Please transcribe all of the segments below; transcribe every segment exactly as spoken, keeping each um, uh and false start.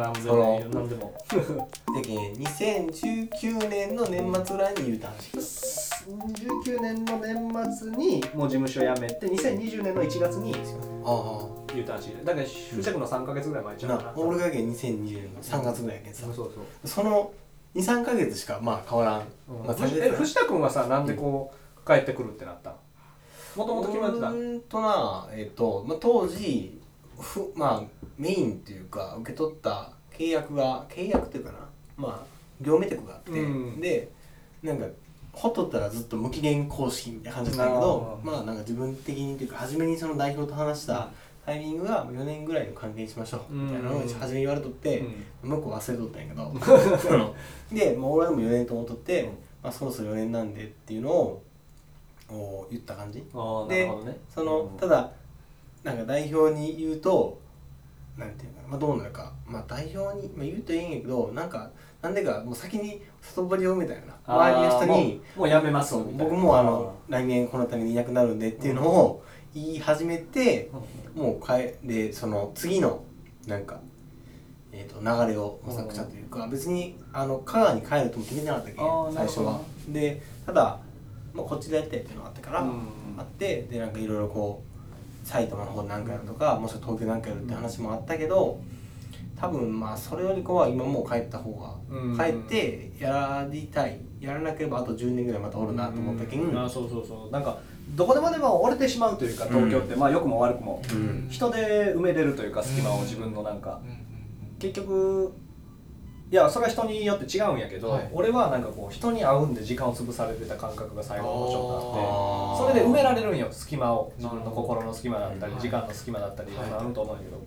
な全然何でもでけにせんじゅうきゅうねんの年末ぐらいに言うた話。 じゅうきゅうねんの年末にもう事務所辞めてにせんにじゅうねんのいちがつに言うた話だから藤田君のさんかげつぐらい前ちゃうかな。 俺がにせんにじゅうねんのさんがつぐらいやけどさ、 そうそうその にさんかげつしかまあ変わらん、 うんまあ、 え藤田君はさなんでこう帰ってくるってなったの？もともと決まってた？ うーんとなえっ、ー、と、まあ、当時ふまあメインっていうか受け取った契約が契約っていうかなまあ業務委託があって、うん、でなんかほっとったらずっと無期限更新みたいな感じだったけど、まあなんか自分的にというか初めにその代表と話したタイミングがよねんぐらいの関係にしましょうみたいなのを初めに言われとって、うん、向こう忘れとったんやけどで、まあ、俺はもうよねんと思っとって、うんまあ、そろそろよねんなんでっていうのを言った感じで、ね、その、うん、ただなんか代表に言うとなんていうかな、まあ、どうなるか、まあ、代表に、まあ、言うといいんやけどなんかなんでかもう先に外堀を埋めたよな周りの人にもう、もうやめます僕もあの来年このためにいなくなるんでっていうのを言い始めて、うん、もう帰でその次のなんか、えー、と流れを模索したというか、うん、別にあの香川に帰るとも決めてなかったっけ最初はでただ、まあ、こっちでやりたいっていうのがあったから、うん、あってでなんかいろいろこう埼玉の方で何かやるとかもしくは東京何かやるって話もあったけど多分まあそれよりかは今もう帰った方が、うん、帰ってやりたいやらなければあとじゅうねんぐらいまたおるなと思ったけん、 うん、あそうそうそうなんかどこでもでも折れてしまうというか東京って、うん、まあ良くも悪くも、うん、人で埋めれるというか隙間を自分のなんか、うん、結局いやそれは人によって違うんやけど、はい、俺はなんかこう人に会うんで時間を潰されてた感覚が最後のちょっとあってそれで埋められるんよ隙間を自分の心の隙間だったり、はい、時間の隙間だったり、はい、あると思うんやけど、はい、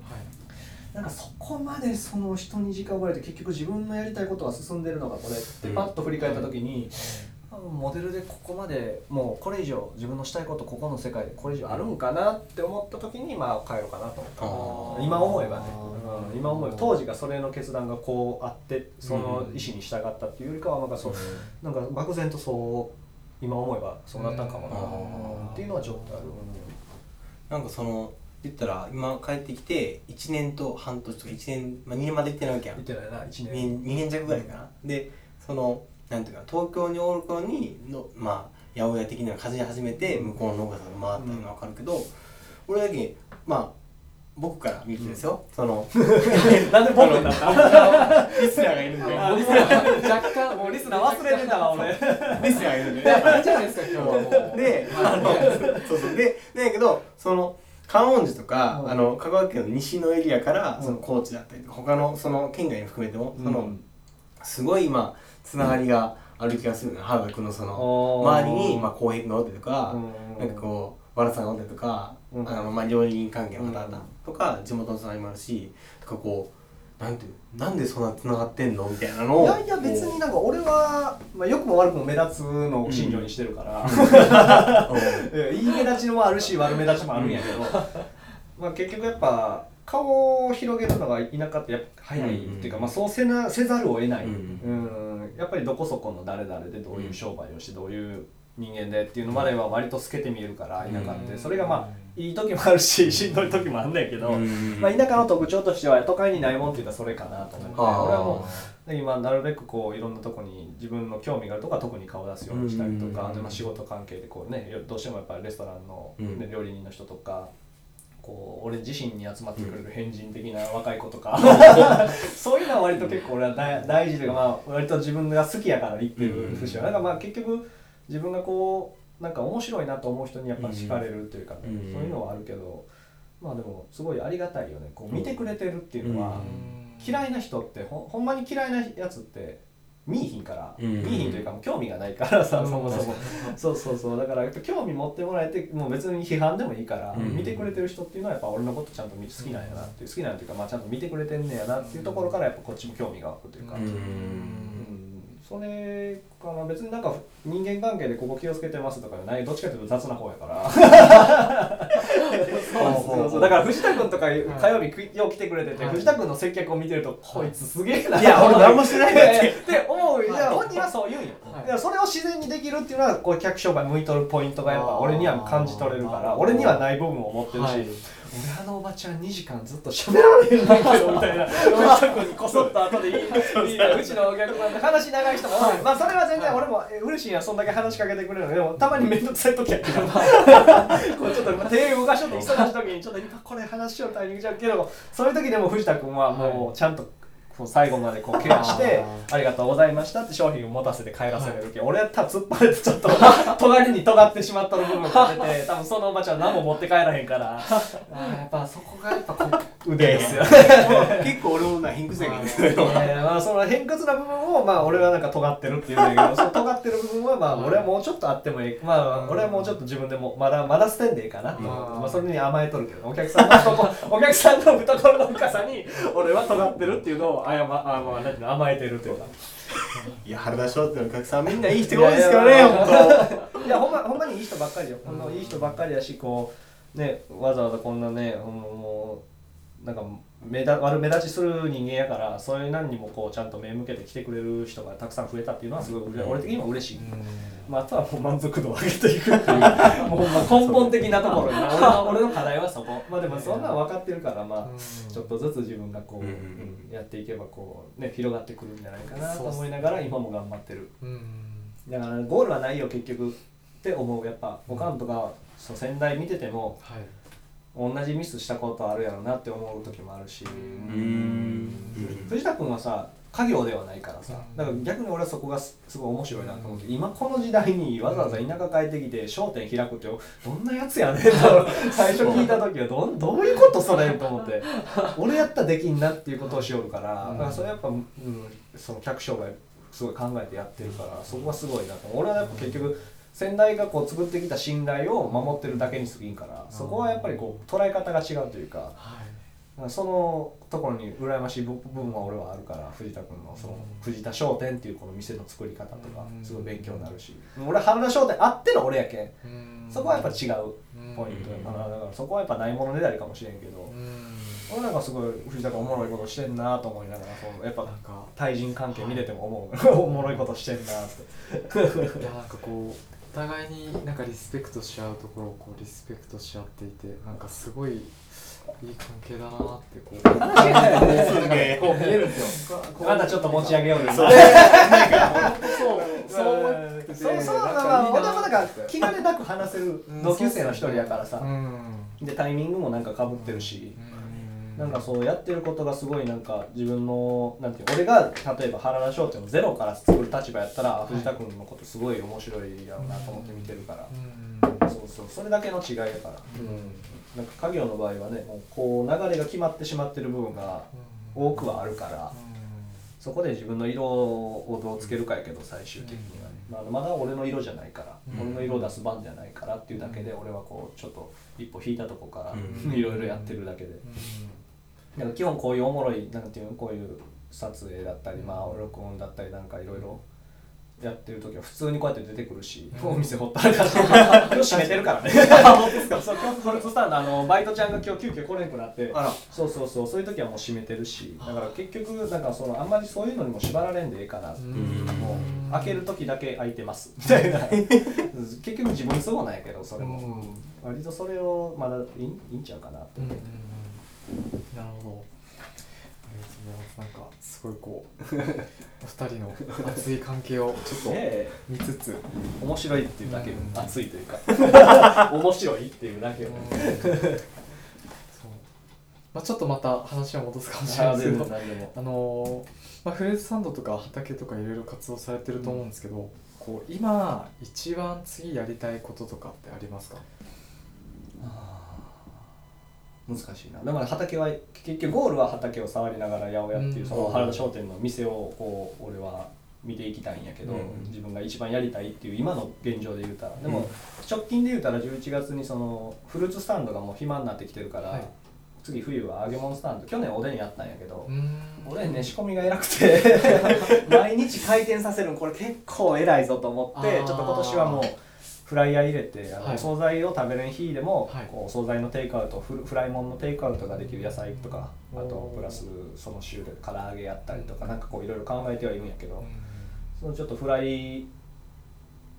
なんかそこまでその人に時間を奪われて結局自分のやりたいことが進んでるのがこれってパッと振り返った時に、うん、モデルでここまでもうこれ以上自分のしたいことここの世界でこれ以上あるんかなって思った時にまあ帰ろうかなと思った今思えばね、うん、今思えば当時がそれの決断がこうあってその意思に従ったっていうよりかはなんかそう、うん、なんか漠然とそう今思えばそうなったんかもな、うん、っていうのはちょっとある、うん、 なんかその言ったら今帰ってきていちねんと半年とかいちねん、まあ、にねんまで行ってないわけやん行ってないないちねんにねん弱ぐらいかな、うん、でそのなんていうか東京におる頃にのまあ八百屋的な感じ始めて向こうの農家さんが回ったのが分かるけど、うん、俺だけまあ僕から見てですよ、うん、そのなんで僕になったリスナーがいるんでリスナー若干もうリスナー忘れてたわ俺リスナーがいるんでいいじゃないですか今日はもうであのそうそうでだけどその観音寺とか、うん、あの香川県の西のエリアから、うん、その高知だったりとか他のその県外に含めても、うん、そのすごい今つながりがある気がするの、うん、原田君のその周りにまあ浩平君がおってとか、うん、なんかこう和田さんがおってとか、うん、あのまあ料理人関係の方々とか、うん、地元の人にもあるしとかこうなんていうなんでそんなつながってんのみたいなのをいやいや別になんか俺は、まあ、良くも悪くも目立つのを信条にしてるから、うん、いい目立ちもあるし悪目立ちもあるんやけど、まあ結局やっぱ顔を広げるのが田舎ってやっぱ早いっていうか、まあ、そうせなせざるを得ない、うん、やっぱりどこそこの誰々でどういう商売をしてどういう人間でっていうのまでは割と透けて見えるから田舎ってそれがまあいい時もあるししんどい時もあるんだけど、まあ、田舎の特徴としては都会にないもんって言ったらそれかなと思って俺はもう今なるべくこういろんなとこに自分の興味があるとこは特に顔を出すようにしたりとかで、まあ、仕事関係でこうねどうしてもやっぱりレストランの、ね、料理人の人とかこう俺自身に集まってくれる変人的な若い子とかそういうのは割と結構俺は大, 大事で、まあ、割と自分が好きやから言ってる節はなんかまあ結局自分がこうなんか面白いなと思う人にやっぱ惹かれるっていうか、ねうん、そういうのはあるけどまあでもすごいありがたいよねこう見てくれてるっていうのは、うん、嫌いな人って ほ, ほんまに嫌いなやつって見いひんから、うん、見いひんというかもう興味がないからさ、うん、そもそもそうそうそうだからやっぱ興味持ってもらえてもう別に批判でもいいから、うん、見てくれてる人っていうのはやっぱ俺のことちゃんと好きなんやなっていう好きなんていうか、まあ、ちゃんと見てくれてんねやなっていうところからやっぱこっちも興味が湧くというか、うんうん、それかな別になんか人間関係でここ気をつけてますとかないどっちかというと雑な方やからそうそうそうだから藤田君とか火曜日よう来てくれてて、はい、藤田君の接客を見てると、はい、こいつすげえないや俺何もしてないってって思う、はい、いや本人はそう言うんよ、はい、いやそれを自然にできるっていうのはこう客商売向いとるポイントがやっぱ俺には感じ取れるから俺にはない部分を持ってるし、はい、 俺あのおばちゃんにじかんずっと喋られへんねんけどみたいな藤田君にこそっと後で言い言いたいうちのお客さんで話長い人も多い、まあそれは全然俺も嬉しいやそんだけ話しかけてくれるのでもたまに面倒くさい時やけどこうちょっと手動かしとって忙しい時にちょっと今これ話しようタイミングちゃうけどそういう時でも藤田君はもうちゃんと最後までこうケアしてありがとうございましたって商品を持たせて帰らせるけど、はい、俺は多分突っ張れてちょっと尖りに尖ってしまった部分が出て多分そのおばちゃん何も持って帰らへんからあやっぱそこがやっぱこう腕ですよ結構俺もな偏屈やけどまあその偏屈な部分をまあ俺はなんか尖ってるっていうんだけどその尖ってる部分はまあ俺はもうちょっとあってもいいまあ俺はもうちょっと自分でもまだまだ捨てんでいいかなと思ってまあそれに甘えとるけどお客さんのそこお客さんの懐の深さに俺は尖ってるっていうのをあやまあまあ甘えてるというかいや原田商店のお客さんみんないい人が多いですからね本当いやほんまほんまにいい人ばっかりよほんまいい人ばっかりやしこうねわざわざこんなねもうなんか目だ悪目立ちする人間やからそういう何にもこうちゃんと目向けて来てくれる人がたくさん増えたっていうのはすごい俺的にも嬉しい、まあ、あとはもう満足度を上げていくっていうもう根本的なところに俺の俺の課題はそこまあでもそんなの分かってるからまあちょっとずつ自分がこう、うん、やっていけばこうね広がってくるんじゃないかなと思いながら今も頑張ってるだからゴールはないよ結局って思うやっぱおかんとかそう先代見てても、はい同じミスしたことあるやろなって思う時もあるしうん藤田君はさ家業ではないからさだから逆に俺はそこが す, すごい面白いなと思って今この時代にわざわざ田舎帰ってきて商店開くってどんなやつやねんと最初聞いた時は ど, どういうことそれと思って俺やったらできんなっていうことをしよるからだからそれやっぱ、うん、その客商売すごい考えてやってるからそこはすごいなと俺はやっぱ結局先代がこう作ってきた信頼を守ってるだけに過ぎんからそこはやっぱりこう捉え方が違うというか、はい、そのところに羨ましい部分は俺はあるから藤田君のその藤田商店っていうこの店の作り方とかすごい勉強になるし俺は原田商店あっての俺やけんそこはやっぱ違うポイントだからだからそこはやっぱないものねだりかもしれんけど俺なんかすごい藤田君おもろいことしてんなと思いながらそうやっぱなんか対人関係見てても思う、はい、おもろいことしてんなっていやなんかこうお互いになんかリスペクトし合うところをこうリスペクトし合っていてなんかすごいいい関係だなってこうこう見えるんですよ。 まだちょっと持ち上げようよ。そうそうそうそうそうまあ俺もなんか気兼ねなく話せる同級生の一人やからさ。でタイミングもなんか被ってるし。なんかそうやってることがすごいなんか自分のなんていう俺が例えば原田商店をゼロから作る立場やったら藤田君のことすごい面白いやろうなと思って見てるからそうそうそれだけの違いだからなんか家業の場合はねもうこう流れが決まってしまってる部分が多くはあるからそこで自分の色をどうつけるかやけど最終的にはねまあまだ俺の色じゃないから俺の色を出す番じゃないからっていうだけで俺はこうちょっと一歩引いたとこからいろいろやってるだけで。なんか基本こういうおもろいなんていうのこういう撮影だったりまあ録音だったりなんかいろいろやってる時は普通にこうやって出てくるし、うん、お店ほったらかして今日閉めてるからねそう今日フルーツスタンドあのバイトちゃんが今日急遽来れなくなってあらそうそうそうそういう時はもう閉めてるしだから結局なんかそのあんまりそういうのにも縛られんでええかなってもう開ける時だけ開いてますみたいな結局自分都合なんやけどそれも、うん、割とそれをまだいい、いいんちゃうかなって思って、うんなるほど。ありがとうございます。なんかすごいこうお二人の熱い関係をちょっと見つつ、 面白いっていうだけで、うん、熱いというか面白いっていうだけで、うん、そうまあちょっとまた話は戻すかもしれないですけど、あのまあフレーズサンドとか畑とかいろいろ活動されてると思うんですけど、うん、こう今一番次やりたいこととかってありますか？ 難しいな。だから畑は結局ゴールは畑を触りながら八百屋っていう、うん、その原田商店の店をこう俺は見ていきたいんやけど、うん、自分が一番やりたいっていう今の現状で言うたらでも、うん、直近で言うたらじゅういちがつにそのフルーツスタンドがもう暇になってきてるから、はい、次冬は揚げ物スタンド去年おでんやったんやけどおでんね仕込みが偉くて毎日回転させるのこれ結構偉いぞと思ってちょっと今年はもうフライヤー入れてあの、はい、お惣菜を食べれん日でも、はい、こうお惣菜のテイクアウトフ、フライもんのテイクアウトができる野菜とかあとプラスその週で唐揚げやったりとかなんかこういろいろ考えてはいるんやけど、うん、そのちょっとフライ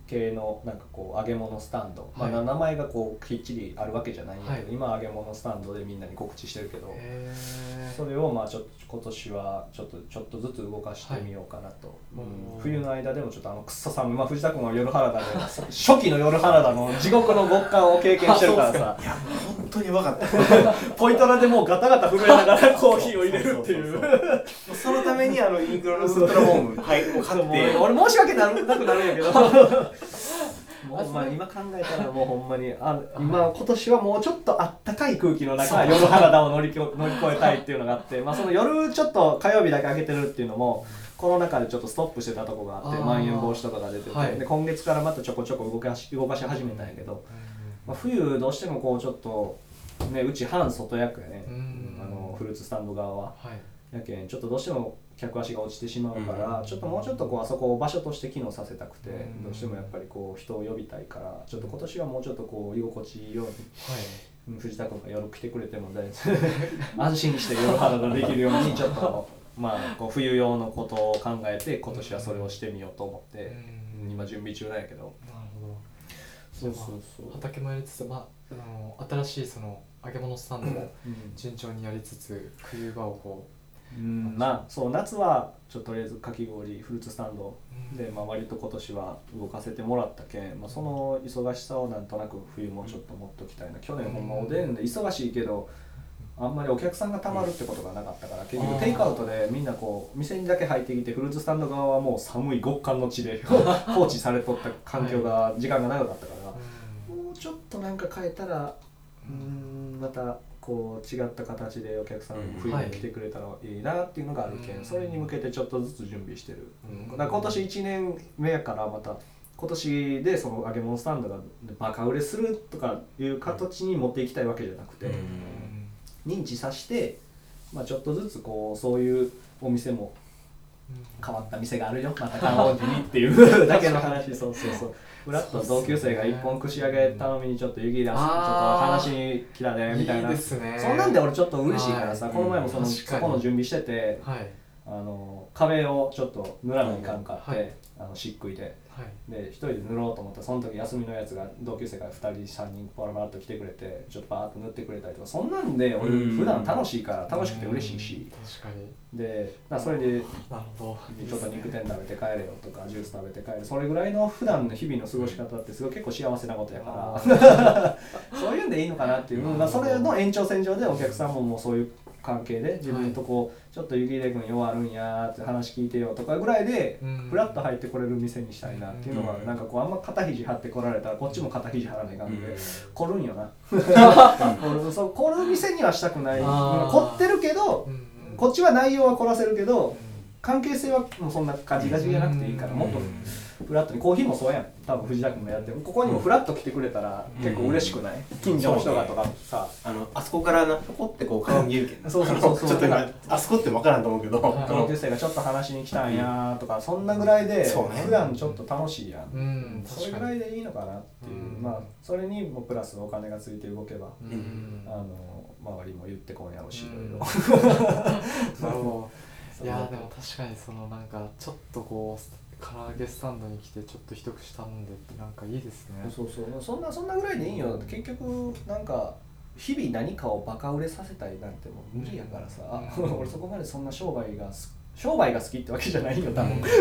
系のなんかこう揚げ物スタンド、 はいまあ、名前がこうきっちりあるわけじゃないんだけど、 はい今揚げ物スタンドでみんなに告知してるけど、 へーそれをまあちょっと今年はちょっとちょっとずつ動かしてみようかなと、 はいうんおー冬の間でもちょっとあのくっそ寒い、まあ、藤田君は夜原田で初期の夜原田の地獄の極寒を経験してるからさいや本当に分かったポイトラでもうガタガタ震えながらコーヒーを入れるっていうそうそうそうそうそのためにあのユニクロのウルトラボームはいもう買そうもうって俺申し訳なくなるんやけどもうまあ今考えたらもうほんまにあ今今年はもうちょっとあったかい空気の中夜原田を乗り乗り越えたいっていうのがあって、まあその夜ちょっと火曜日だけ開けてるっていうのもコロナ禍でちょっとストップしてたとこがあって、 あーまん延防止とかが出てて、 はいで今月からまたちょこちょこ動かし動かし始めたんやけど、まあ、冬どうしてもこうちょっとねうち半外役やね、 うんあのフルーツスタンド側は。 はいやけんちょっとどうしても客足が落ちてしまうから、 うんちょっともうちょっとこうあそこを場所として機能させたくて、 うんどうしてもやっぱりこう人を呼びたいからちょっと今年はもうちょっとこう居心地いいように、うん藤田君が夜来てくれても大丈夫安心して夜肌ができるようにちょっとまあこう冬用のことを考えて今年はそれをしてみようと思って、 うん今準備中なんやけど。 なるほど。 そうそうそうまあ畑もやりつつ、まあ、あの新しいその揚げ物スタンドも順調にやりつつ冬場をこうん、まあそう夏はちょっととりあえずかき氷フルーツスタンドう、 で、まあ、割と今年は動かせてもらったけん、まあ、その忙しさをなんとなく冬もちょっと持っときたいな。去年ほんまおでんで忙しいけどあんまりお客さんがたまるってことがなかったから結局テイクアウトでみんなこう店にだけ入ってきてフルーツスタンド側はもう寒い極寒の地で放置されとった環境が時間が長かったから、 うんもうちょっとなんか変えたらうーんまたこう違った形でお客さんうん冬に来てくれたらいいなっていうのがあるけん、 うんそれに向けてちょっとずつ準備してる、 うんだから今年いちねんめやからまた今年でその揚げ物スタンドがバカ売れするとかいう形に持っていきたいわけじゃなくて、 うん認知させて、まあ、ちょっとずつこうそういうお店も変わった店があるよまた観音寺にっていうだけの話そうそうそうふらっと同級生が一本串揚げ頼みにちょっと湯切り出すちょっと話に来たねみたいないいですね。 そんなんで俺ちょっと嬉しいからさ、 はいこの前もその確かにそこの準備しててはいあの壁をちょっと塗らないかんかって、 はいあの漆喰ではいで一人で塗ろうと思ったらその時休みのやつが同級生がふたりさんにんパラパラっと来てくれてちょっとバーッと塗ってくれたりとかそんなんで俺うん普段楽しいから楽しくて嬉しいし確かにでだからそれでなるほどちょっと肉天食べて帰れよとかジュース食べて帰るそれぐらいの普段の日々の過ごし方ってすごい結構幸せなことやからそういうんでいいのかなっていう、まあ、それの延長線上でお客さんももうそういう関係で自分とこうちょっと湯切れ君ようあるんやーって話聞いてよとかぐらいでうんフラッと入ってこれる店にしたいなっていうのがうんなんかこうあんま肩肘張ってこられたらこっちも肩肘張らないかんので凝るんよな俺そう凝る店にはしたくないあー凝ってるけどうんうんこっちは内容は凝らせるけど関係性はもうそんなガチガチじゃなくていいからもっとフラットにコーヒーもそうやん多分藤田君がやってるここにもフラッと来てくれたら結構嬉しくない近所の人がとかさあのあそこからなひょこってこう顔見えるけどそうそうそうそうちょっと今あそこって分からんと思うけどはいあの同級生がちょっと話しに来たんやとかそんなぐらいでそうね普段ちょっと楽しいやん、 うんそれぐらいでいいのかなっていう、 うんまあそれにもプラスお金がついて動けば、 うんあの周りも言ってこんやろうしいろいろなるほどいやでも確かにそのなんかちょっとこう唐揚げスタンドに来てちょっと一口頼んでってなんかいいですねそうそうそんなそんなぐらいでいいよ結局なんか日々何かをバカ売れさせたいなんてもう無理やからさ、 うん俺そこまでそんな商売がす商売が好きってわけじゃないよ多分、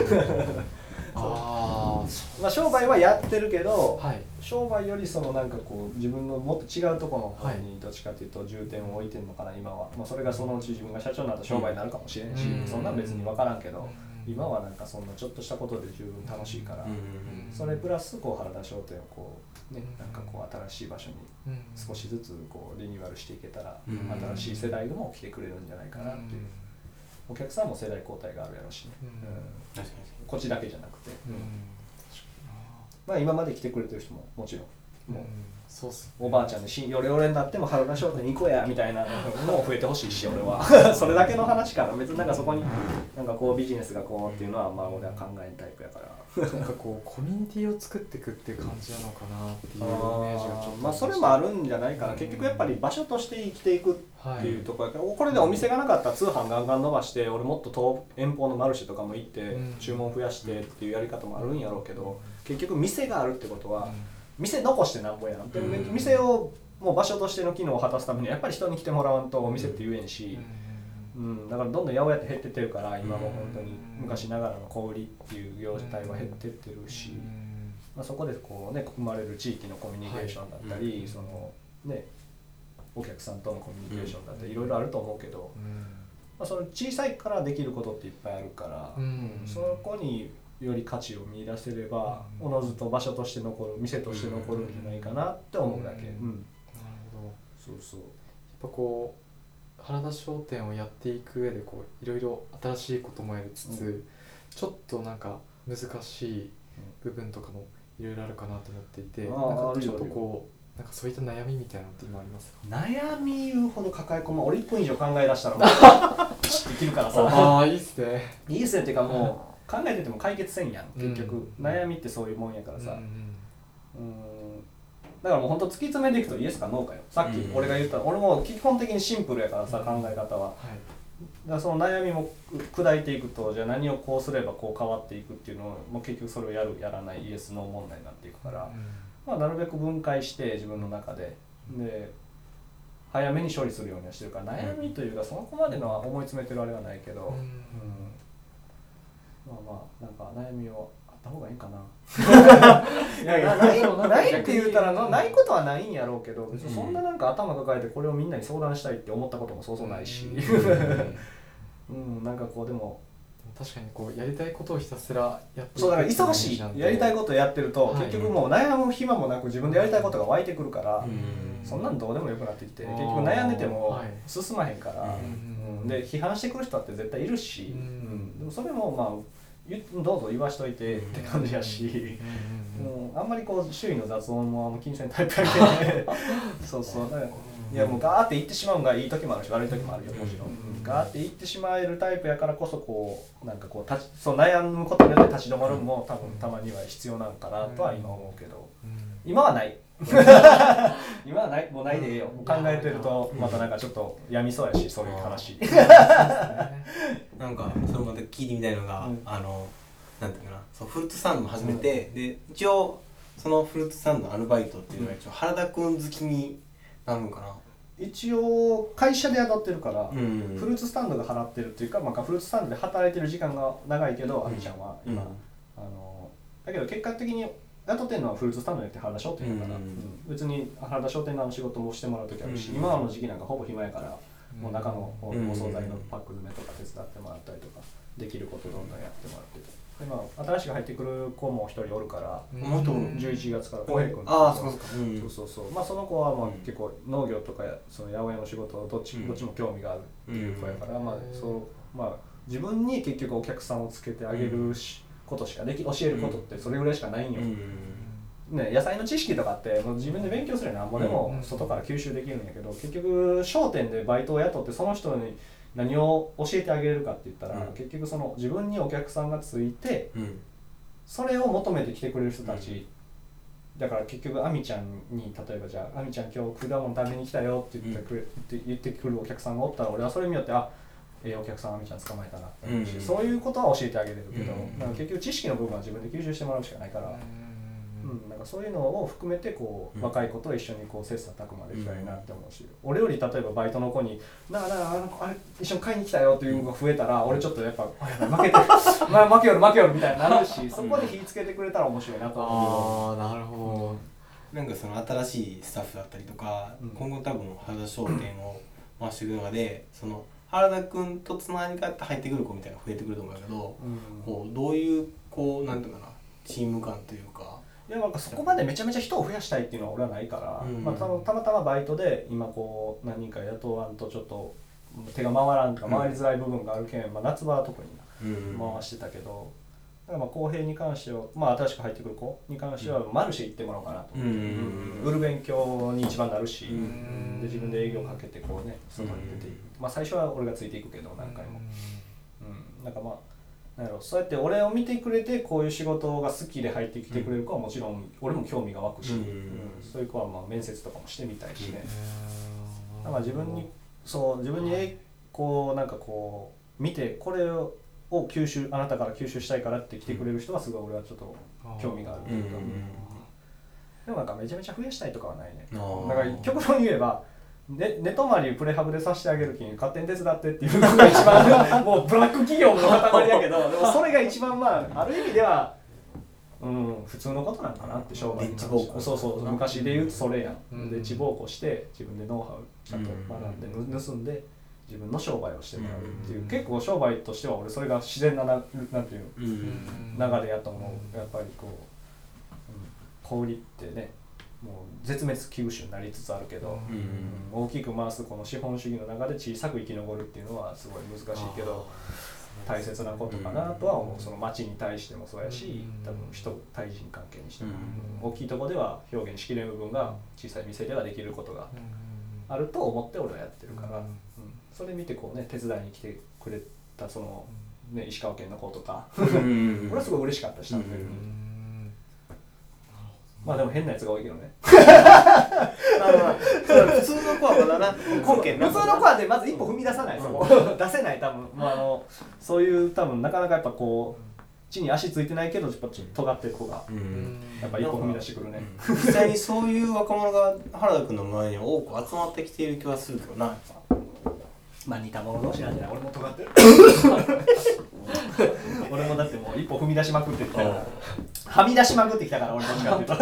あまあ商売はやってるけどあはい商売よりそのなんかこう自分のもっと違うところの方にどっちかっていうと重点を置いてるのかな今は、まあ、それがそのうち自分が社長になったら商売になるかもしれんし、 うんそんなん別に分からんけど、 うん今はなんかそんなちょっとしたことで十分楽しいから、 うんそれプラスこう原田商店をこうねうんなんかこう新しい場所にうん少しずつこうリニューアルしていけたらうん新しい世代も来てくれるんじゃないかなっていうお客さんも世代交代があるやろうしね、 うんうん確かにこっちだけじゃなくて、 うんまあ今まで来てくれてる人ももちろんもうそうっすね、 おばあちゃんでしヨレヨレになっても原田商店に行こうやみたいなのも増えてほしいし俺はそれだけの話から別になんかそこになんかこうビジネスがこうっていうのはまあ俺は考えるタイプやからなんかこうコミュニティを作っていくっていう感じなのかなっていうイメージがちょっとまあそれもあるんじゃないかな、結局やっぱり場所として生きていくっていうところやから、はい、これでお店がなかったら通販ガンガン伸ばして俺もっと遠遠方のマルシェとかも行って注文増やしてっていうやり方もあるんやろうけど、結局店があるってことは店残してなんぼやんで、店をもう場所としての機能を果たすためにはやっぱり人に来てもらわんとお店って言えんし、うん、だからどんどん八百屋って減ってってるから今も本当に昔ながらの小売りっていう業態は減ってってるし、まあ、そこでこうね生まれる地域のコミュニケーションだったり、はい、そのねお客さんとのコミュニケーションだったりいろいろあると思うけど、まあ、その小さいからできることっていっぱいあるから、うん、そこにより価値を見出せればおのずと場所として残る店として残るんじゃないかなって思うだけ、うんうん、なるほど。 そうそうやっぱこう原田商店をやっていく上でこういろいろ新しいこともやりつつ、うん、ちょっとなんか難しい部分とかもいろいろあるかなと思っていて、うん、なんかちょっとこうなんかそういった悩みみたいなのって今ありますか？ 悩み言うほど抱え込む俺いっぷん以上考え出したらもうピシッとできるからさああいいっすねいいっすねっていうかもう考えてても解決せんやん結局、うん、悩みってそういうもんやからさ、うん、うん、だからもうほんと突き詰めていくとイエスかノーかよさっき俺が言った、うん、俺も基本的にシンプルやからさ考え方は、はい、だからその悩みも砕いていくとじゃあ何をこうすればこう変わっていくっていうのをもう結局それをやるやらないイエスノー問題になっていくから、うんまあ、なるべく分解して自分の中でで早めに処理するようにはしてるから悩みというかそこまでのは思い詰めてるあれはないけど、うんうんまあまあなんか悩みをあった方がいいかないやいやないないって言うたらのないことはないんやろうけど別にそんななんか頭抱えてこれをみんなに相談したいって思ったこともそうそうないしうん、うん、なんかこうでも確かにこうやりたいことをひたすらやってそうだから忙しいやりたいことをやってると、はい、結局もう悩む暇もなく自分でやりたいことが湧いてくるから、うん、そんなんどうでもよくなってきて結局悩んでても進まへんから、うんうん、で批判してくる人だって絶対いるし、うんうん、でもそれもまあどうぞ言わしといてって感じやし、もうあんまりこう周囲の雑音もあんま気にせんタイプやけどねそうそうだからいやもうガーって言ってしまうんがいい時もあるし悪い時もあるよもちろん、うん、ガーって言ってしまえるタイプやからこそこうなんかこう立ちそう悩むことによって立ち止まるのも多分たまには必要なのかなとは今思うけど、今はない今はないもうないでええよ考えてるとまたなんかちょっとやみそうやしそういう話なんかそれまで聞いてみたいのが、うん、あのなんていうかなそうフルーツサンドも始めて、うん、で一応そのフルーツサンドのアルバイトっていうのは一応原田くん好きになるのかな一応会社で雇ってるから、うんうん、フルーツスタンドが払ってるっていうか、まあ、フルーツスタンドで働いてる時間が長いけど、あみ、うん、ちゃんは今、うん、あのだけど結果的に雇ってるのはフルーツスタンドによって原田商店だから、うんうん、別に原田商店の仕事もしてもらう時あるし、うん、今の時期なんかほぼ暇やから、うん、もう中のお惣菜のパック詰めとか手伝ってもらったりとかできることどんどんやってもらってて。今新しく入ってくる子も一人おるから、もう一人じゅういちがつから浩平君ああそうか、 うん、そうそうそうまあその子はまあ結構農業とかその八百屋の仕事どっち、うん、どっちも興味があるっていう子やから、うん、まあそうまあ自分に結局お客さんをつけてあげるし、うん、ことしかでき教えることってそれぐらいしかないんよ、うん、ね野菜の知識とかってもう自分で勉強するよなんぼでも外から吸収できるんやけど、結局商店でバイトを雇ってその人に何を教えてあげれるかって言ったら、うん、結局その自分にお客さんがついて、うん、それを求めてきてくれる人たち、うん、だから結局あみちゃんに例えばじゃああみちゃん今日果物食べに来たよって言ってくれ、うん、言ってくるお客さんがおったら俺はそれによってあええー、お客さんあみちゃん捕まえたなって思うし、うん、そういうことは教えてあげれるけど、うん、なんか結局知識の部分は自分で吸収してもらうしかないから、うん、なんかそういうのを含めてこう、うん、若い子と一緒にこう切磋琢磨できたらいいなって思うし、うん、俺より例えばバイトの子に「なあなああのあれ一緒に買いに来たよ」っていうのが増えたら、うん、俺ちょっとやっぱ「負けてるまあ負けよる負けよる」みたいになるし、そこで火つけてくれたら面白いなと思う。 ああなるほど。なんかその新しいスタッフだったりとか、うん、今後多分原田商店を回していく中でその原田くんとつながりがあって入ってくる子みたいなのが増えてくると思うんだけど、うん、こうどういうこうなんていうかなチーム感というか。 いやなんかそこまでめちゃめちゃ人を増やしたいっていうのは俺はないから、うんまあ、た, たまたまバイトで今こう何人か雇わんとちょっと手が回らんとか回りづらい部分があるけん、まあ、夏場は特に回してたけど、 からまあ公平に関しては、まあ、新しく入ってくる子に関してはマルシェ行ってもらおうかなと思って、うん、売る勉強に一番なるし、うん、で自分で営業かけてこうね外に出ていく、まあ最初は俺がついていくけど何回も、うん、なんかまあなんやろそうやって俺を見てくれてこういう仕事が好きで入ってきてくれる子はもちろん俺も興味が湧くし、うんうん、そういう子はまあ面接とかもしてみたいしね、うん、だから自分にそう自分にこうなんかこう見てこれを吸収あなたから吸収したいからって来てくれる人はすごい俺はちょっと興味があるというか、うん、でもなんかめちゃめちゃ増やしたいとかはないね。だから極論言えばね、寝泊まりプレハブでさせてあげる気に勝手に手伝ってっていうのが一番もうブラック企業の塊やけどでもそれが一番まあある意味では、うん、普通のことなんかなって商売に関してはそうそう昔で言うとそれやん、うん、で地暴行して自分でノウハウちゃんと学んで、うん、盗んで自分の商売をしてもらうっていう、うん、結構商売としては俺それが自然なななんていう、うん、流れやと思う。やっぱりこう、うん、小売りってねもう絶滅危惧種になりつつあるけど、うん、大きく回すこの資本主義の中で小さく生き残るっていうのはすごい難しいけど大切なことかなとは思う。その町に対してもそうやし多分人対人関係にしても、うん、大きいところでは表現しきれる部分が小さい店ではできることがあると思って俺はやってるから、うん、それ見てこうね手伝いに来てくれたその、ね、石川県の子とか俺はすごい嬉しかったし単純に。まあでも変なやつが多いけどね普通の子はまだな普通の子はでまず一歩踏み出さない、そこ出せない多分、まあ、あのそういう多分なかなかやっぱこう地に足ついてないけどやっぱちょっと尖ってる子がやっぱ一歩踏み出してくるね。 実際にそういう若者が原田君の周りに多く集まってきている気はするけどな。やっぱまあ似た者同士なんじゃない。俺も尖ってる俺もだってもう一歩踏み出しまくってきたからはみ出しまくってきたから俺どっちかっていうと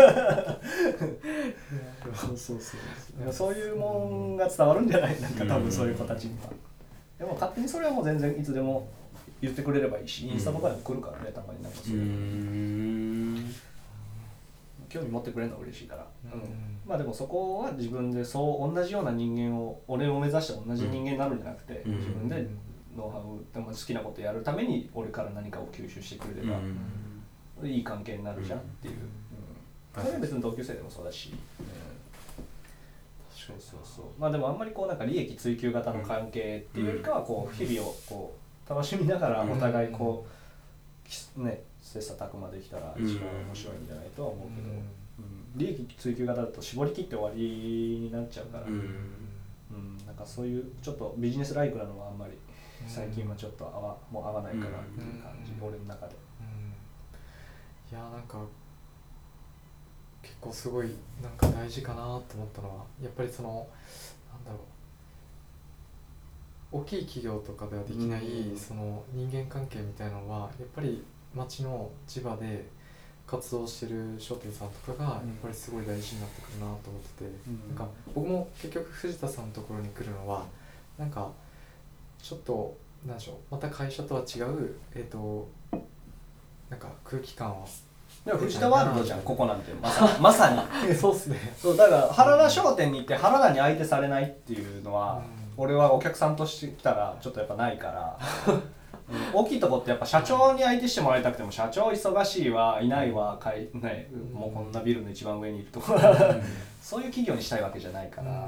そうそうそうそういうもんが伝わるんじゃないなんか多分そういう子たちには。でも勝手にそれはもう全然いつでも言ってくれればいいし、インスタとかでも来るからねたまになんかそういう興味持ってくれるのは嬉しいから、うん、まあでもそこは自分でそう同じような人間を俺を目指して同じ人間になるんじゃなくて、うん、自分でノウハウでも好きなことやるために俺から何かを吸収してくれれば、うん、いい関係になるじゃんっていう、うん、それは別に同級生でもそうだし、うん、そうそうそうまあでもあんまりこうなんか利益追求型の関係っていうよりかはこう日々をこう楽しみながらお互いこうね切磋琢磨できたら一番面白いんじゃないとは思うけど、うんうん、利益追求型だと絞り切って終わりになっちゃうから、うんうん、なんかそういうちょっとビジネスライクなのはあんまり最近はちょっと合わもう合わないかなっていう感じ、うん、俺の中で、うん、 いやなんか結構すごいなんか大事かなと思ったのはやっぱりそのなんだろう大きい企業とかではできない、うん、その人間関係みたいなのはやっぱり町の地場で活動してる商店さんとかがやっぱりすごい大事になってくるなと思ってて、うん、なんか僕も結局藤田さんのところに来るのはなんかちょっとなんでしょうまた会社とは違うえっとなんか空気感をでも藤田ワールドじゃんここなんてまさまさにそうっすねそうだから原田商店に行って原田に相手されないっていうのは、うん、俺はお客さんとして来たらちょっとやっぱないから大きいとこってやっぱ社長に相手してもらいたくても社長忙しいわいないわかい、ね、もうこんなビルの一番上にいるとか、うん、そういう企業にしたいわけじゃないから、うん、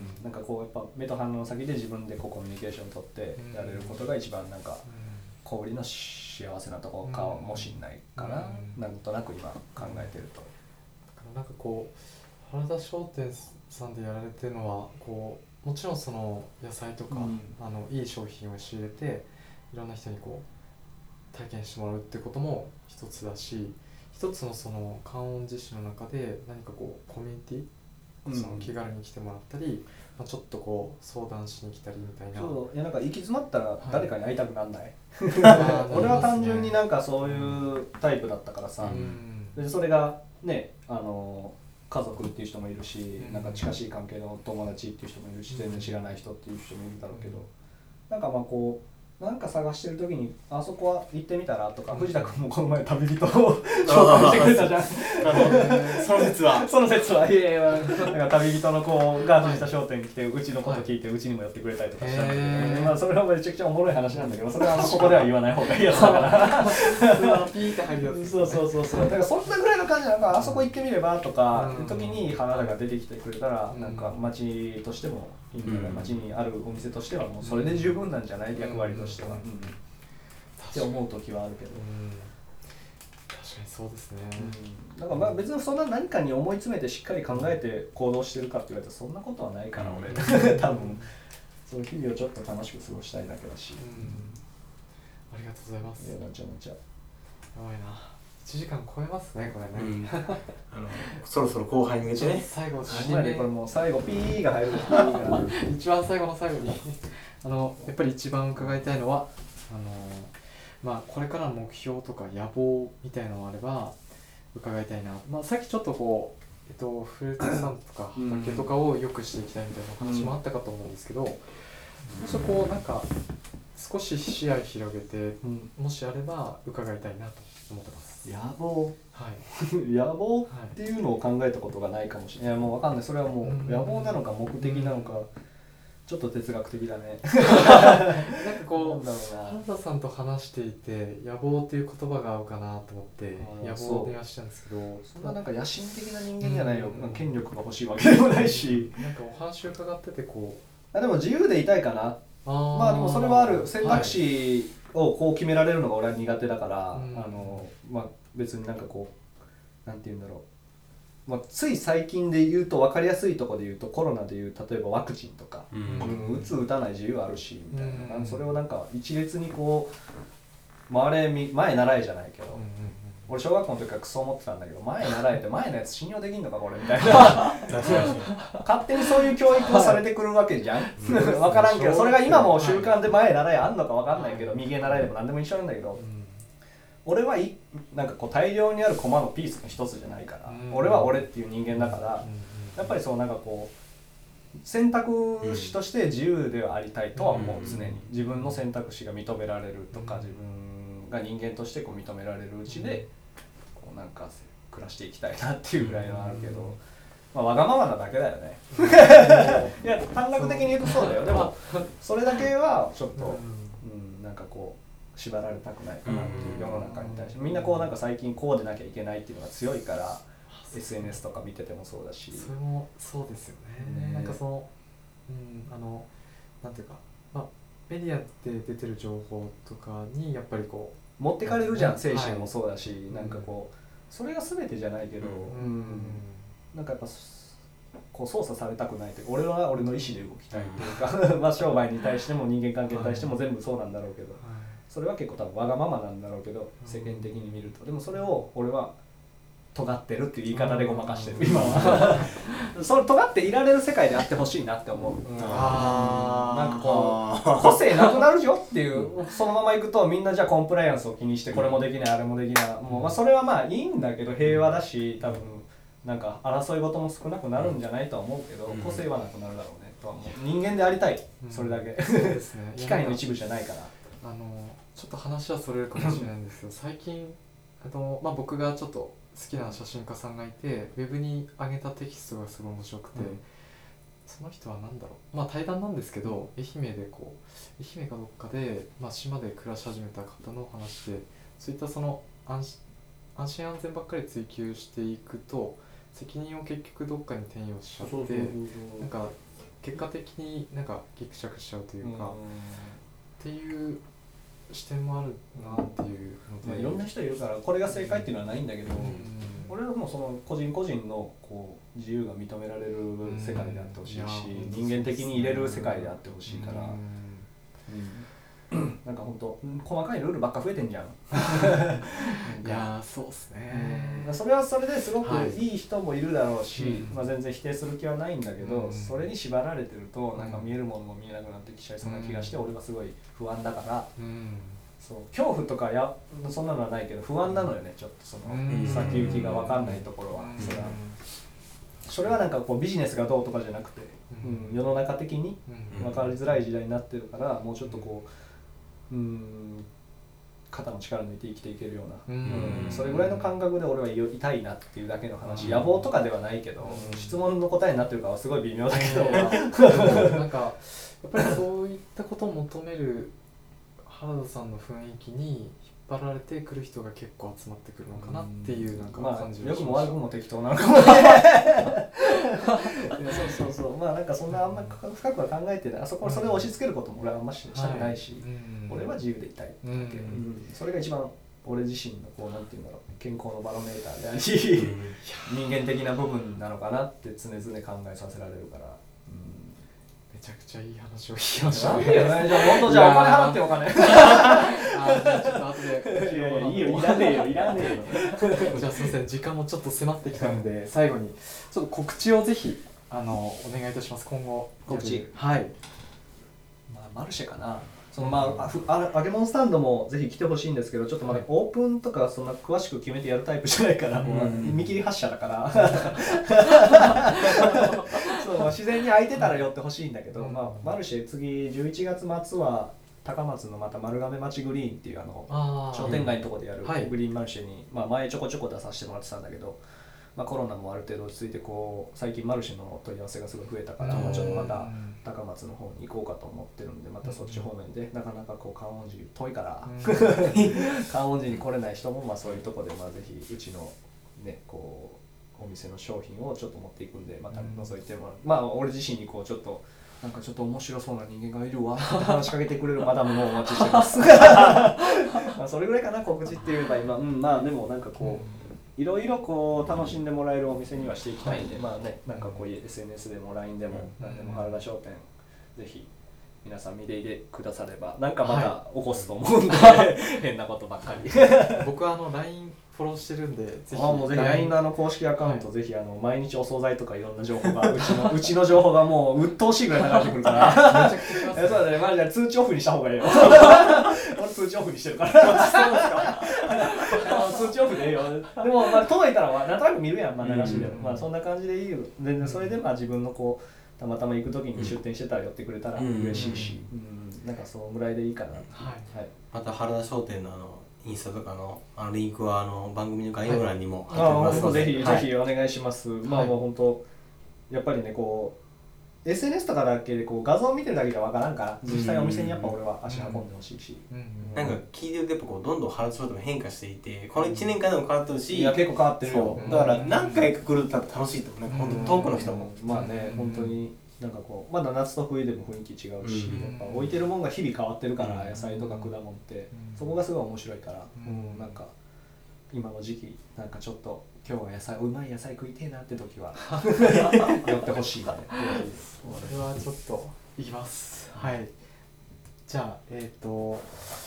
なんかこうやっぱ目と鼻の先で自分でこうコミュニケーション取ってやれることが一番なんか小売りの幸せなところかもしんないかな、うん、なんとなく今考えてると。 だからなんかこう原田商店さんでやられてるのはこうもちろんその野菜とか、うん、あのいい商品を仕入れていろんな人にこう体験してもらうってことも一つだし一つのその観音寺市の中で何かこうコミュニティ、うん、その気軽に来てもらったり、まあ、ちょっとこう相談しに来たりみたいなそういやなんか行き詰まったら誰かに会いたくなんない、はい、俺は単純になんかそういうタイプだったからさ、うん、でそれがねあの家族っていう人もいるし、うん、なんか近しい関係の友達っていう人もいるし、うん、全然知らない人っていう人もいるだろうけど、うん、なんかまあこうなんか探してる時にあそこは行ってみたらとか、藤田君もこの前旅人を紹介してくれたじゃん。 その説はその説はいやいや、なんか旅人の子が藤田商店に来てうちのこと聞いてうちにも寄ってくれたりとかしたんだけど、まあそれはめちゃくちゃおもろい話なんだけど、それはあのここでは言わない方がいいやつだからそれはピーって入るやつ。 そうそうそうそう、だからそんなぐらいの感じなんかあそこ行ってみればとか、うん、時に花田が出てきてくれたら、うん、なんか街としてもいいんじゃない、うん、街にあるお店としてはもうそれで十分なんじゃない、役割としては、うんうん、って思う時はあるけど、うん、 確かにそうですね、 うん、だからまあ別にそんな何かに思い詰めてしっかり考えて行動してるかって言われたらそんなことはないから、俺多分その日々をちょっと楽しく過ごしたいだけだし、うん、 ありがとうございます。 いやめちゃめちゃやばいな、いちじかん超えますねこれね、うん、 あのそろそろ後輩に向けてね、 最後締めでこれもう最後ピーが入る一番最後の最後にあのやっぱり一番伺いたいのはあのまあこれからの目標とか野望みたいなのがあれば伺いたいな、まあ、さっきちょっとこうえっとフルーツさんとか畑とかを良くしていきたいみたいなお話もあったかと思うんですけど、もしこうなんか少し視野広げて、うん、もしあれば伺いたいなと思ってます。 野望、 はい、 野望っていうのを考えたことがないかもしれない。いやもうわかんない、それはもう野望なのか目的なのか、うん、ちょっと哲学的だねなんかこう原田さんと話していて野望っていう言葉が合うかなと思って野望を電話したんですけど、 そんななんか野心的な人間じゃないよ、うん、権力が欲しいわけでもないし、 なんかお話を伺っててこうあでも自由でいたいかな。あまあでもそれはある。選択肢をこう決められるのが俺は苦手だから、はい、あのまあ別になんかこうなんて言うんだろう、まあ、つい最近で言うと分かりやすいところで言うとコロナでいう例えばワクチンとか、うんうん、打つ打たない自由あるしみたいな、うん、それをなんか一列にこう回れ前習えじゃないけど、うんうん、俺小学校の時からクソ思ってたんだけど、前習えて前のやつ信用できんのかこれみたいな勝手にそういう教育をされてくるわけじゃん分からんけど、それが今も習慣で前習えあんのか分かんないけど、右へ習えでも何でも一緒なんだけど、俺はいなんかこう大量にあるコマのピースの一つじゃないから、俺は俺っていう人間だから、やっぱりそうなんかこう選択肢として自由ではありたいとは思う。常に自分の選択肢が認められるとか、自分が人間としてこう認められるうちでこうなんか暮らしていきたいなっていうぐらいはあるけど、まあわがままなだけだよねいや短絡的に言うとそうだよ。でもそれだけはちょっと、うん、なんかこう縛られたくないかなっていう世の中に対して、みんなこうなんか最近こうでなきゃいけないっていうのが強いから、 エスエヌエス とか見ててもそうだし、 それもそうですよね。ねなんかその、うん、あのなんていうか、まあ、メディアで出てる情報とかにやっぱりこう持ってかれるじゃん、精神もそうだし、はい、なんかこうそれが全てじゃないけど、うん、なんかやっぱこう操作されたくないというか、俺は俺の意思で動きたいというかまあ商売に対しても人間関係に対しても全部そうなんだろうけど、はい、それは結構多分わがままなんだろうけど、世間的に見ると。でもそれを俺は尖ってるっていう言い方でごまかしてる今はそれ尖っていられる世界であってほしいなって思う。あなんかこう個性なくなるよっていう、そのままいくとみんなじゃあコンプライアンスを気にしてこれもできないあれもできない、もうまあそれはまあいいんだけど平和だし、多分なんか争い事も少なくなるんじゃないとは思うけど、個性はなくなるだろうねとは思う。人間でありたい、それだけそうですね機械の一部じゃないから。 あのちょっと話はそれるかもしれないんですけど最近あの、まあ、僕がちょっと好きな写真家さんがいてウェブに上げたテキストがすごい面白くて、うん、その人は何だろう、まあ対談なんですけど愛媛でこう愛媛かどっかで、まあ、島で暮らし始めた方の話で、そういったその安安心安全ばっかり追求していくと責任を結局どっかに転用しちゃってなんか結果的になんかギクシャクしちゃうというか、うん、っていう視点もあるなっていうので、 まあ、いろんな人いるからこれが正解っていうのはないんだけど、うん、俺はもうその個人個人のこう自由が認められる世界であってほしいし、うん、人間的に入れる世界であってほしいから、うんうん、なんかほんと細かいルールばっか増えてんじゃんいやーそうっすね、 うん、それはそれですごくいい人もいるだろうし、はいまあ、全然否定する気はないんだけど、うん、それに縛られてるとなんか見えるものも見えなくなってきちゃいそうな気がして、うん、俺はすごい不安だから、うん、そう恐怖とかやそんなのはないけど不安なのよね、ちょっとその、うん、先行きが分かんないところは、うん、それはそれはなんかこうビジネスがどうとかじゃなくて、うん、世の中的に分かりづらい時代になってるから、もうちょっとこううん肩の力抜いて生きていけるような、 うんうんそれぐらいの感覚で俺はいたいなっていうだけの話、 うん野望とかではないけど、 うん質問の答えになってるかはすごい微妙だけど、 なんかやっぱりそういったことを求める原田さんの雰囲気に引っ張られてくる人が結構集まってくるのかなっていうなんかま感じあ良くもがしました。 悪くも適当なのかもねそうそうそうまあなんかそんなあんま深くは考えてないあそこそれを押し付けることも俺はあんまししたくないし、 はいうん俺は自由でいたいだけ、 うんうんそれが一番俺自身のこうなんていうんだろう健康のバロメーターであり人間的な部分なのかなって常々考えさせられるから、うんめちゃくちゃいい話を聞きましたね。 なんでよねじゃあ本当じゃあお金払ってお金あーじゃあちょっと後でいやいやいいよいらねえよいらねえよじゃあすみません時間もちょっと迫ってきたので最後にちょっと告知をぜひあのお願いいたします今後告知はいまあ、マルシェかなそのまあ、あふあ揚げ物スタンドもぜひ来てほしいんですけどちょっとまだオープンとかそんな詳しく決めてやるタイプじゃないから、 うんもう見切り発車だからそう自然に空いてたら寄ってほしいんだけど、 うんまあ、マルシェ次じゅういちがつ末は高松のまた丸亀町グリーンっていうあのあ商店街のとこでやるはいグリーンマルシェに、まあ、前ちょこちょこ出させてもらってたんだけど、まあ、コロナもある程度落ち着いてこう最近マルシェの問い合わせがすごい増えたから、まあ、ちょっとまた高松の方に行こうかと思ってるんでまたそっち方面でなかなかこう観音寺遠いから観音寺に来れない人もまあそういうとこでまあぜひうちのねこうお店の商品をちょっと持っていくんでまた覗いてもらう、まあ俺自身にこうちょっとなんかちょっと面白そうな人間がいるわって話しかけてくれるマダムもお待ちしてますまあそれぐらいかな告知って言えば今、うん、まあでもなんかこういろいろこう楽しんでもらえるお店にはしていきたいんで、はい、まあねなんかこういう エスエヌエス でも ライン でも何でも原田商店ぜひ皆さん見ていてくださればなんかまた起こすと思うんで、はい、変なことばっかり僕はあの ライン フォローしてるんでぜひあもうぜひ ライン のあの公式アカウント、はい、ぜひあの毎日お惣菜とかいろんな情報がうちのうちの情報がもう鬱陶しいぐらい流れてくるからめちゃくちゃ来ますねそうだねマジで通知オフにした方がいいよ俺通知オフにしてるから通知オフでいいよでもまあ届いたらなんとなく見るやん、まあ、流しでも、まあそんな感じでいいよ全然それでまあ自分のこうたまたま行く時に出店してたら寄ってくれたら嬉しいし、うんうん、なんかそのぐらいでいいかな、はいはい、また原田商店のあのインスタとかのあのリンクはあの番組の概要欄にも貼っておりますので、 はい、ぜひ、はい、ぜひお願いします、はい、まあもう本当やっぱりねこう エスエヌエス とかだけでこう画像を見てるだけじゃわからんから実際お店にやっぱ俺は足運んでほしいし、 うんうんうん、なんか聞いてるとやっぱこうどんどん原田商店も変化していてこのいちねんかんでも変わってるし、 いや結構変わってるよだから何回か来ると楽しいと思うなんか本当遠くの人も、 うん、まあね本当になんかこうまだ夏と冬でも雰囲気違うし、うん、やっぱ置いてるもんが日々変わってるから、うん、野菜とか果物って、うん、そこがすごい面白いから、うん、なんか今の時期なんかちょっと今日は野菜うまい野菜食いてえなって時は寄ってほしいねそれはちょっといきますはいじゃあえっ、ー、と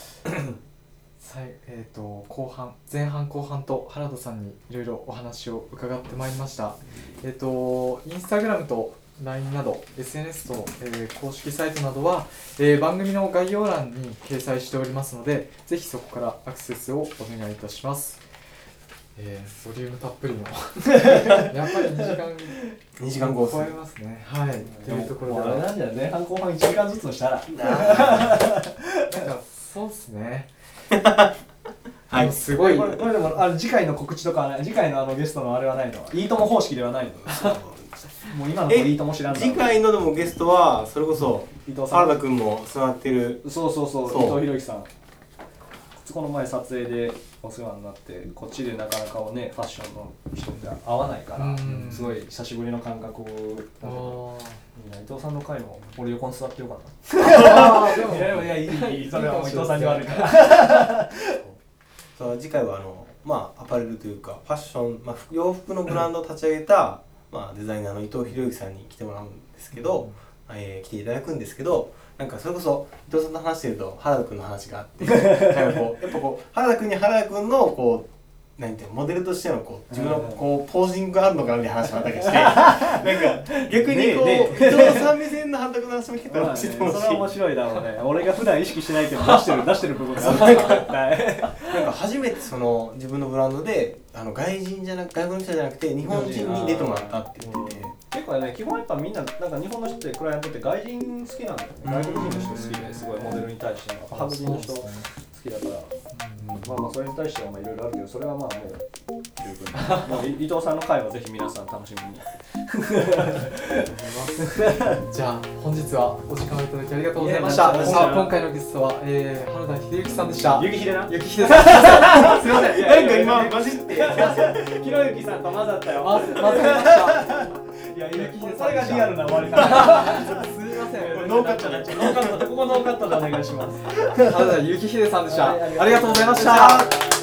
えー、と後半前半後半と原田さんにいろいろお話を伺ってまいりましたえっ、ー、とインスタグラムとライン など エスエヌエス と、えー、公式サイトなどは、えー、番組の概要欄に掲載しておりますのでぜひそこからアクセスをお願いいたします、えー、ボリュームたっぷりのやっぱりにじかんにじかんご超えますねはいというところであれなんじゃ前半後半いちじかんずつのしたらなんかそうっすねはい、すごい。 これ、これでもあの次回の告知とか、次回のあのゲストのあれはないの？いいとも方式ではないの？もう今のいいとも知らんの。 次回のでもゲストはそれこそ伊藤さん、原田くんも座ってる。 そうそうそう、そう伊藤博之さん。この前撮影でお世話になってこっちでなかなかねファッションの人って会わないからすごい久しぶりの感覚を伊藤さんの回も俺横に座ってよかったあでもいやいやいいいいそれは伊藤さんに悪いからそう次回はあのまあアパレルというかファッション、まあ、洋服のブランドを立ち上げた、まあ、デザイナーの伊藤博之さんに来てもらうんですけど、うんえー、来ていただくんですけどなんかそれこそ伊藤さんと話してると原田くんの話があってなんかこうやっぱこう原田くんに原田くんのこうなんていうモデルとしてのこう自分のこうポージングがあるのかなって話もあったりしてなんか逆にこう、ねね、伊藤さん目線の原田くんの話も聞けたら教えてほしい、 それは面白いだろうね俺が普段意識してないけど出してる出してる部分があるなんか初めてその自分のブランドであの外人じゃなく外国の人じゃなくて日本人に出てもらったって言ってて。 結構ね基本やっぱみんななんか日本の人ってクライアントって外人好きなんだよね。外国人の人好きですごいモデルに対しての白人の人好きだから、まあまあそれに対してはまあいろいろあるけど、それはまあもう十分まあ伊藤さんの回はぜひ皆さん楽しみにじゃあ本日はお時間をいただきありがとうございました。今回のゲストは、えー、原田秀幸さんでした。 ゆきひでなゆきひでさんすいません。 なんか今マジってひろゆきさんと混ざったよ。 まずまずましたいや、ゆきひでさんがリアルな終わり方すみません。 ノーカットになっちゃう。ノーカットでここノーカットでお願いします。 原田ゆきひでさんでした。ありがとうございました。